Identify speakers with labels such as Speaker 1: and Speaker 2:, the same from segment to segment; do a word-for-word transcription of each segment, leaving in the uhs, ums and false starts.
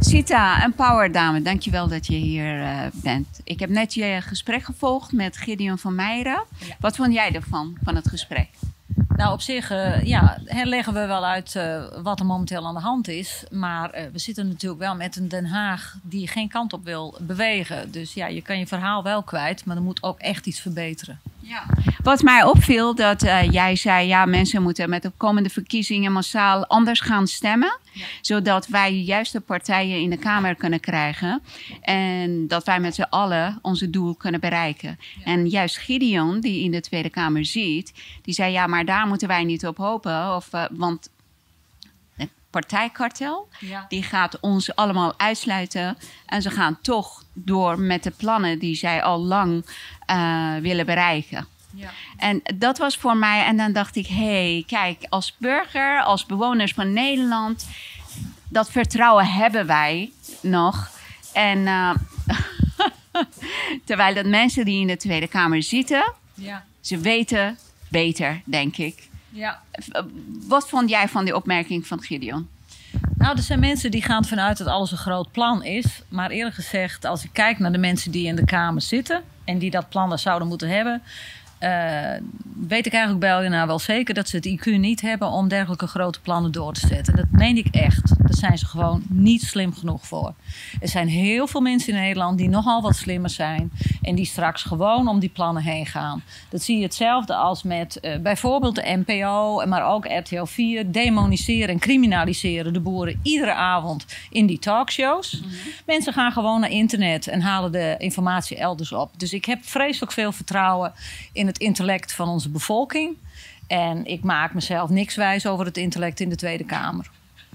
Speaker 1: Sita, een powerdame, dankjewel dat je hier uh, bent. Ik heb net je gesprek gevolgd met Gideon van Meijeren. Ja. Wat vond jij ervan, van het gesprek?
Speaker 2: Nou, op zich uh, ja, leggen we wel uit uh, wat er momenteel aan de hand is. Maar uh, we zitten natuurlijk wel met een Den Haag die geen kant op wil bewegen. Dus ja, je kan je verhaal wel kwijt, maar er moet ook echt iets verbeteren.
Speaker 1: Ja. Wat mij opviel, dat uh, jij zei, ja, mensen moeten met de komende verkiezingen massaal anders gaan stemmen. Ja. Zodat wij de juiste partijen in de Kamer kunnen krijgen. En dat wij met z'n allen onze doel kunnen bereiken. Ja. En juist Gideon, die in de Tweede Kamer zit, die zei, ja, maar daar moeten wij niet op hopen. Of, uh, want het partijkartel, ja. die gaat ons allemaal uitsluiten. En ze gaan toch door met de plannen die zij al lang uh, willen bereiken. Ja. En dat was voor mij, en dan dacht ik, hé, hey, kijk, als burger, als bewoners van Nederland, dat vertrouwen hebben wij nog. En uh, terwijl dat mensen die in de Tweede Kamer zitten, ja. ze weten beter, denk ik. Ja. Wat vond jij van die opmerking van Gideon?
Speaker 2: Nou, er zijn mensen die gaan vanuit dat alles een groot plan is. Maar eerlijk gezegd, als ik kijk naar de mensen die in de Kamer zitten en die dat plan zouden moeten hebben, Uh, weet ik eigenlijk bijna wel zeker dat ze het I Q niet hebben om dergelijke grote plannen door te zetten. Dat meen ik echt. Daar zijn ze gewoon niet slim genoeg voor. Er zijn heel veel mensen in Nederland die nogal wat slimmer zijn en die straks gewoon om die plannen heen gaan. Dat zie je hetzelfde als met uh, bijvoorbeeld de N P O, maar ook R T L vier. Demoniseren en criminaliseren de boeren iedere avond in die talkshows. Mm-hmm. Mensen gaan gewoon naar internet en halen de informatie elders op. Dus ik heb vreselijk veel vertrouwen in het intellect van onze bevolking. En ik maak mezelf niks wijs over het intellect in de Tweede Kamer.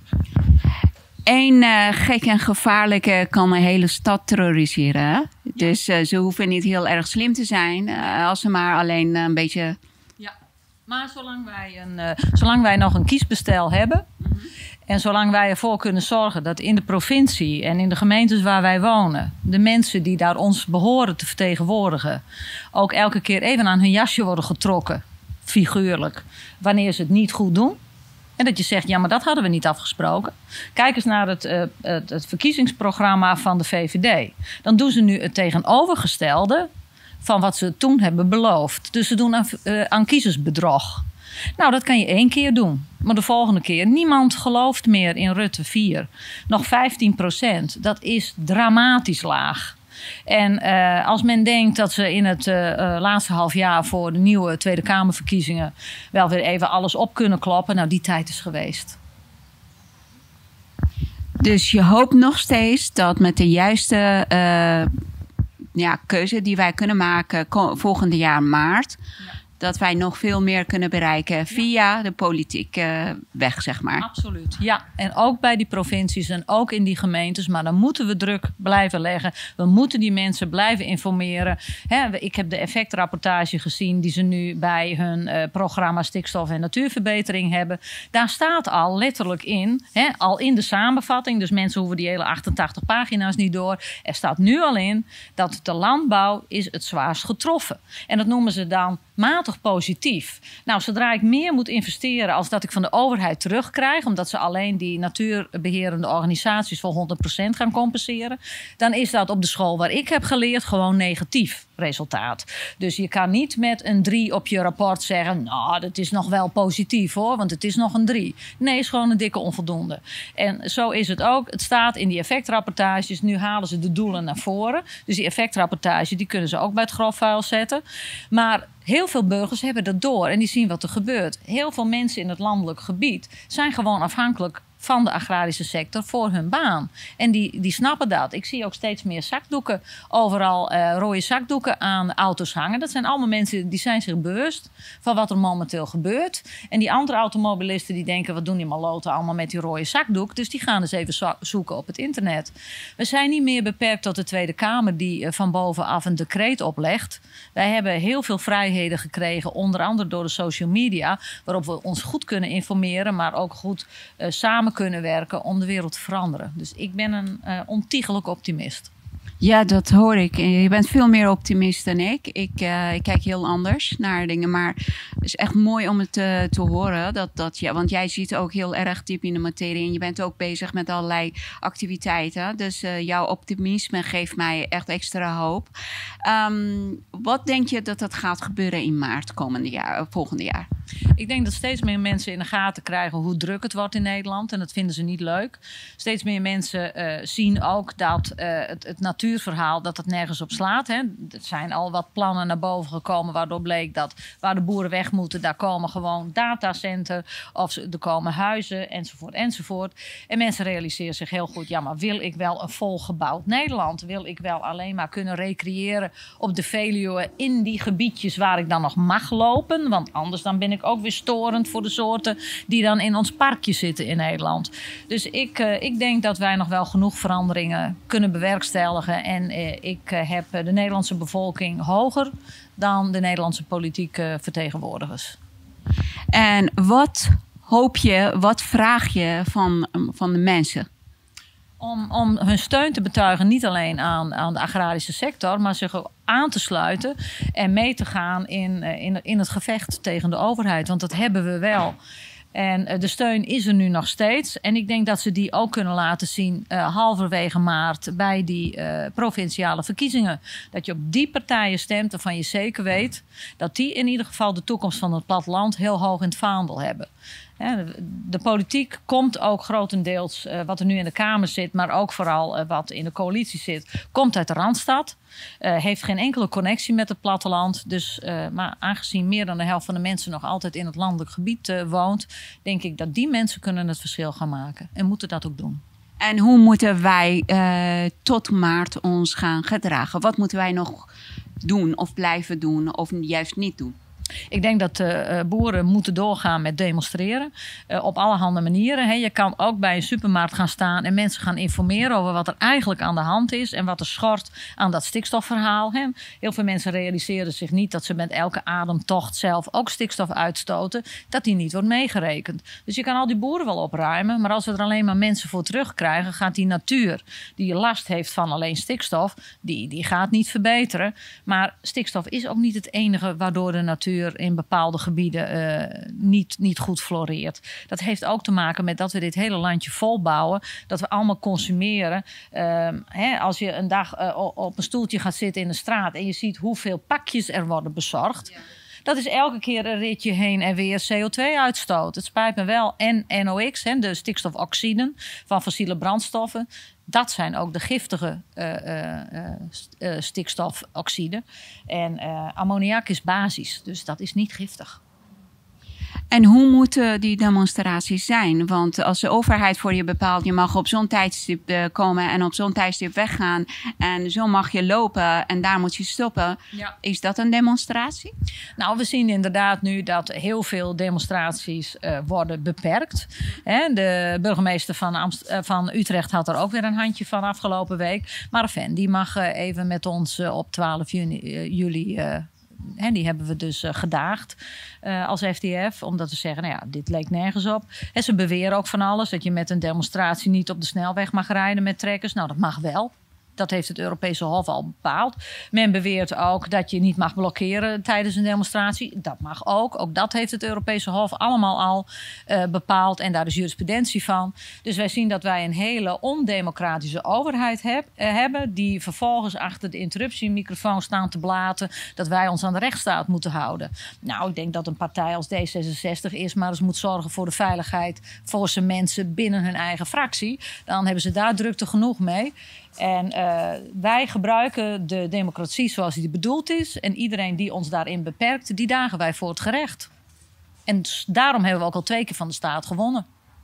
Speaker 1: Eén uh, gek en gevaarlijke kan een hele stad terroriseren. Hè? Ja. Dus uh, ze hoeven niet heel erg slim te zijn, uh, als ze maar alleen uh, een beetje.
Speaker 2: Ja, maar zolang wij, een, uh, zolang wij nog een kiesbestel hebben, mm-hmm. en zolang wij ervoor kunnen zorgen dat in de provincie en in de gemeentes waar wij wonen, de mensen die daar ons behoren te vertegenwoordigen, ook elke keer even aan hun jasje worden getrokken, figuurlijk, wanneer ze het niet goed doen. En dat je zegt, ja, maar dat hadden we niet afgesproken. Kijk eens naar het, uh, het, het verkiezingsprogramma van de V V D. Dan doen ze nu het tegenovergestelde van wat ze toen hebben beloofd. Dus ze doen aan, uh, aan kiezersbedrog. Nou, dat kan je één keer doen. Maar de volgende keer, niemand gelooft meer in Rutte vier. Nog vijftien procent. Dat is dramatisch laag. En uh, als men denkt dat ze in het uh, uh, laatste half jaar voor de nieuwe Tweede Kamerverkiezingen wel weer even alles op kunnen kloppen, nou, die tijd is geweest.
Speaker 1: Dus je hoopt nog steeds dat met de juiste uh, ja, keuze die wij kunnen maken volgende jaar maart, ja. dat wij nog veel meer kunnen bereiken via de politieke weg, zeg maar.
Speaker 2: Absoluut, ja. En ook bij die provincies en ook in die gemeentes. Maar dan moeten we druk blijven leggen. We moeten die mensen blijven informeren. He, ik heb de effectrapportage gezien die ze nu bij hun uh, programma Stikstof en Natuurverbetering hebben. Daar staat al letterlijk in, he, al in de samenvatting. Dus mensen hoeven die hele achtentachtig pagina's niet door. Er staat nu al in dat de landbouw is het zwaarst getroffen. En dat noemen ze dan matig positief. Nou, zodra ik meer moet investeren als dat ik van de overheid terugkrijg, omdat ze alleen die natuurbeherende organisaties voor honderd procent gaan compenseren, dan is dat op de school waar ik heb geleerd gewoon negatief resultaat. Dus je kan niet met een drie op je rapport zeggen, nou, dat is nog wel positief hoor, want het is nog een drie. Nee, het is gewoon een dikke onvoldoende. En zo is het ook. Het staat in die effectrapportages. Nu halen ze de doelen naar voren. Dus die effectrapportage, die kunnen ze ook bij het grofvuil zetten. Maar heel veel burgers hebben dat door en die zien wat er gebeurt. Heel veel mensen in het landelijk gebied zijn gewoon afhankelijk van de agrarische sector voor hun baan. En die, die snappen dat. Ik zie ook steeds meer zakdoeken, overal uh, rode zakdoeken aan auto's hangen. Dat zijn allemaal mensen die zijn zich bewust van wat er momenteel gebeurt. En die andere automobilisten die denken, wat doen die maloten allemaal met die rode zakdoek? Dus die gaan eens even zo- zoeken op het internet. We zijn niet meer beperkt tot de Tweede Kamer die uh, van bovenaf een decreet oplegt. Wij hebben heel veel vrijheden gekregen, onder andere door de social media, waarop we ons goed kunnen informeren, maar ook goed uh, samen kunnen werken om de wereld te veranderen. Dus ik ben een uh, ontiegelijk optimist.
Speaker 1: Ja, dat hoor ik. Je bent veel meer optimist dan ik. Ik, uh, ik kijk heel anders naar dingen. Maar het is echt mooi om het uh, te horen. Dat, dat, ja, want jij ziet ook heel erg diep in de materie. En je bent ook bezig met allerlei activiteiten. Dus uh, jouw optimisme geeft mij echt extra hoop. Um, wat denk je dat dat gaat gebeuren in maart komende jaar, volgende jaar?
Speaker 2: Ik denk dat steeds meer mensen in de gaten krijgen hoe druk het wordt in Nederland. En dat vinden ze niet leuk. Steeds meer mensen uh, zien ook dat uh, het, het natuurverhaal dat het nergens op slaat. Hè. Er zijn al wat plannen naar boven gekomen waardoor bleek dat waar de boeren weg moeten, daar komen gewoon datacenter of er komen huizen enzovoort enzovoort. En mensen realiseren zich heel goed, ja, maar wil ik wel een volgebouwd Nederland? Wil ik wel alleen maar kunnen recreëren op de Veluwe in die gebiedjes waar ik dan nog mag lopen? Want anders dan ben ik ook weer storend voor de soorten die dan in ons parkje zitten in Nederland. Dus ik, uh, ik denk dat wij nog wel genoeg veranderingen kunnen bewerkstelligen. En uh, ik uh, heb de Nederlandse bevolking hoger dan de Nederlandse politieke vertegenwoordigers.
Speaker 1: En wat hoop je, wat vraag je van, van de mensen?
Speaker 2: Om, om hun steun te betuigen, niet alleen aan, aan de agrarische sector, maar zich ook aan te sluiten en mee te gaan in, in, in het gevecht tegen de overheid. Want dat hebben we wel. En de steun is er nu nog steeds. En ik denk dat ze die ook kunnen laten zien uh, halverwege maart bij die uh, provinciale verkiezingen. Dat je op die partijen stemt waarvan je zeker weet dat die in ieder geval de toekomst van het platteland heel hoog in het vaandel hebben. Ja, de politiek komt ook grotendeels, uh, wat er nu in de Kamer zit, maar ook vooral uh, wat in de coalitie zit, komt uit de Randstad. Uh, heeft geen enkele connectie met het platteland. Dus, uh, maar aangezien meer dan de helft van de mensen nog altijd in het landelijk gebied uh, woont, denk ik dat die mensen kunnen het verschil gaan maken. En moeten dat ook doen.
Speaker 1: En hoe moeten wij uh, tot maart ons gaan gedragen? Wat moeten wij nog doen of blijven doen of juist niet doen?
Speaker 2: Ik denk dat uh, boeren moeten doorgaan met demonstreren. Uh, op allerhande manieren. He. Je kan ook bij een supermarkt gaan staan en mensen gaan informeren over wat er eigenlijk aan de hand is. En wat er schort aan dat stikstofverhaal. He. Heel veel mensen realiseren zich niet dat ze met elke ademtocht zelf ook stikstof uitstoten. Dat die niet wordt meegerekend. Dus je kan al die boeren wel opruimen. Maar als we er alleen maar mensen voor terugkrijgen, gaat die natuur die last heeft van alleen stikstof, die, die gaat niet verbeteren. Maar stikstof is ook niet het enige waardoor de natuur in bepaalde gebieden uh, niet, niet goed floreert. Dat heeft ook te maken met dat we dit hele landje volbouwen. Dat we allemaal consumeren. Uh, hè, als je een dag uh, op een stoeltje gaat zitten in de straat en je ziet hoeveel pakjes er worden bezorgd. Ja. Dat is elke keer een ritje heen en weer C O twee uitstoot. Het spijt me wel. En N O X, hè, de stikstofoxiden van fossiele brandstoffen. Dat zijn ook de giftige uh, uh, uh, stikstofoxiden. En uh, ammoniak is basis, dus dat is niet giftig.
Speaker 1: En hoe moeten die demonstraties zijn? Want als de overheid voor je bepaalt, je mag op zo'n tijdstip uh, komen en op zo'n tijdstip weggaan. En zo mag je lopen en daar moet je stoppen. Ja. Is dat een demonstratie?
Speaker 2: Nou, we zien inderdaad nu dat heel veel demonstraties uh, worden beperkt. Hè, de burgemeester van, Amst- uh, van Utrecht had er ook weer een handje van afgelopen week. Maar Fen, die mag uh, even met ons uh, op twaalf juli... Uh, En die hebben we dus uh, gedaagd uh, als F D F. Om dat te zeggen, nou ja, dit leek nergens op. En ze beweren ook van alles. Dat je met een demonstratie niet op de snelweg mag rijden met trekkers. Nou, dat mag wel. Dat heeft het Europese Hof al bepaald. Men beweert ook dat je niet mag blokkeren tijdens een demonstratie. Dat mag ook. Ook dat heeft het Europese Hof allemaal al uh, bepaald. En daar is jurisprudentie van. Dus wij zien dat wij een hele ondemocratische overheid heb, uh, hebben. Die vervolgens achter de interruptiemicrofoon staan te blaten. Dat wij ons aan de rechtsstaat moeten houden. Nou, ik denk dat een partij als D zesenzestig eerst maar eens moet zorgen voor de veiligheid voor zijn mensen binnen hun eigen fractie. Dan hebben ze daar drukte genoeg mee. En uh, wij gebruiken de democratie zoals die bedoeld is. En iedereen die ons daarin beperkt, die dagen wij voor het gerecht. En daarom hebben we ook al twee keer van de staat gewonnen.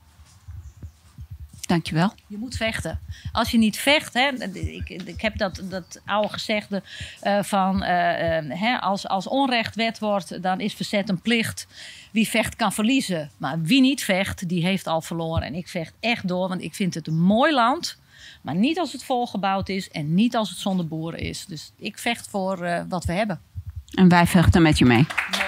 Speaker 1: Dankjewel.
Speaker 2: Je moet vechten. Als je niet vecht, hè, ik, ik heb dat, dat oude gezegde uh, van uh, uh, hè, als, als onrecht wet wordt, dan is verzet een plicht. Wie vecht kan verliezen. Maar wie niet vecht, die heeft al verloren. En ik vecht echt door, want ik vind het een mooi land. Maar niet als het volgebouwd is en niet als het zonder boeren is. Dus ik vecht voor uh, wat we hebben.
Speaker 1: En wij vechten met je mee.
Speaker 2: Ja.